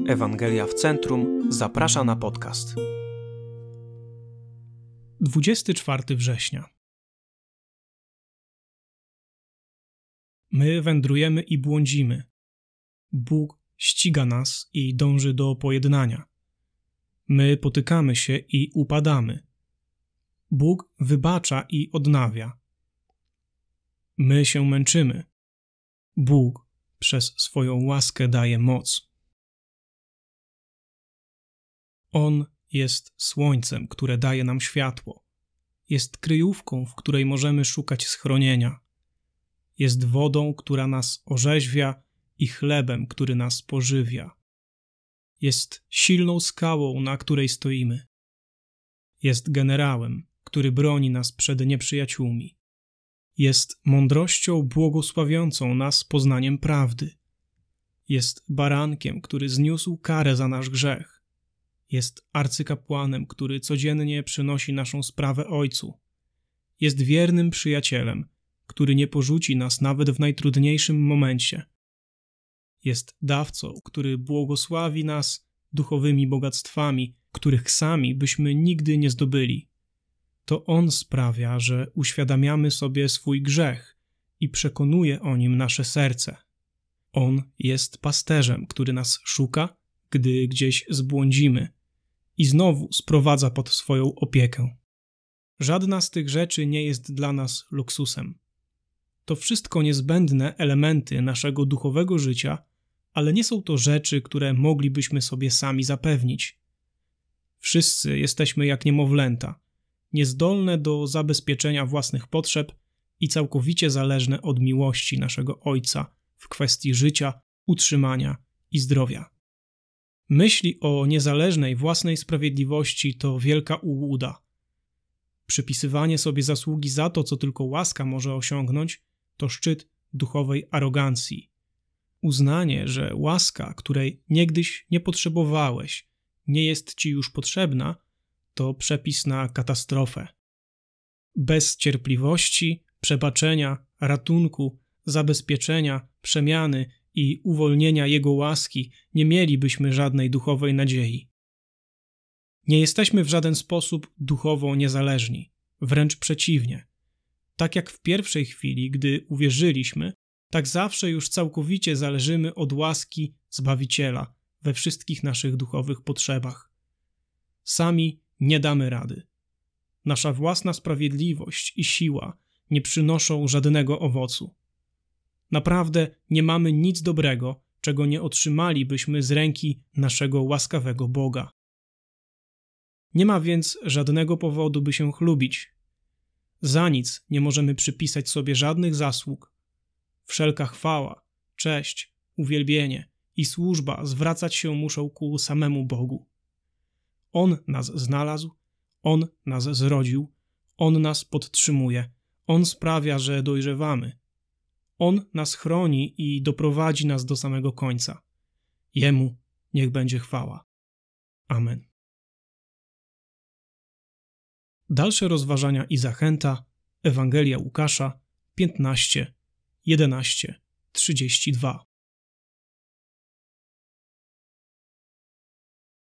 Ewangelia w Centrum zaprasza na podcast. 24 września. My wędrujemy i błądzimy. Bóg ściga nas i dąży do pojednania. My potykamy się i upadamy. Bóg wybacza i odnawia. My się męczymy. Bóg przez swoją łaskę daje moc. On jest słońcem, które daje nam światło. Jest kryjówką, w której możemy szukać schronienia. Jest wodą, która nas orzeźwia i chlebem, który nas pożywia. Jest silną skałą, na której stoimy. Jest generałem, który broni nas przed nieprzyjaciółmi. Jest mądrością błogosławiącą nas poznaniem prawdy. Jest barankiem, który zniósł karę za nasz grzech. Jest arcykapłanem, który codziennie przynosi naszą sprawę Ojcu. Jest wiernym przyjacielem, który nie porzuci nas nawet w najtrudniejszym momencie. Jest dawcą, który błogosławi nas duchowymi bogactwami, których sami byśmy nigdy nie zdobyli. To On sprawia, że uświadamiamy sobie swój grzech i przekonuje o nim nasze serce. On jest pasterzem, który nas szuka, gdy gdzieś zbłądzimy i znowu sprowadza pod swoją opiekę. Żadna z tych rzeczy nie jest dla nas luksusem. To wszystko niezbędne elementy naszego duchowego życia, ale nie są to rzeczy, które moglibyśmy sobie sami zapewnić. Wszyscy jesteśmy jak niemowlęta, niezdolne do zabezpieczenia własnych potrzeb i całkowicie zależne od miłości naszego Ojca w kwestii życia, utrzymania i zdrowia. Myśli o niezależnej własnej sprawiedliwości to wielka ułuda. Przypisywanie sobie zasługi za to, co tylko łaska może osiągnąć, to szczyt duchowej arogancji. Uznanie, że łaska, której niegdyś nie potrzebowałeś, nie jest ci już potrzebna, to przepis na katastrofę. Bez cierpliwości, przebaczenia, ratunku, zabezpieczenia, przemiany i uwolnienia Jego łaski nie mielibyśmy żadnej duchowej nadziei. Nie jesteśmy w żaden sposób duchowo niezależni, wręcz przeciwnie. Tak jak w pierwszej chwili, gdy uwierzyliśmy, tak zawsze już całkowicie zależymy od łaski Zbawiciela we wszystkich naszych duchowych potrzebach. Sami nie damy rady. Nasza własna sprawiedliwość i siła nie przynoszą żadnego owocu. Naprawdę nie mamy nic dobrego, czego nie otrzymalibyśmy z ręki naszego łaskawego Boga. Nie ma więc żadnego powodu, by się chlubić. Za nic nie możemy przypisać sobie żadnych zasług. Wszelka chwała, cześć, uwielbienie i służba zwracać się muszą ku samemu Bogu. On nas znalazł, On nas zrodził, On nas podtrzymuje, On sprawia, że dojrzewamy. On nas chroni i doprowadzi nas do samego końca. Jemu niech będzie chwała. Amen. Dalsze rozważania i zachęta. Ewangelia Łukasza 15, 11, 32.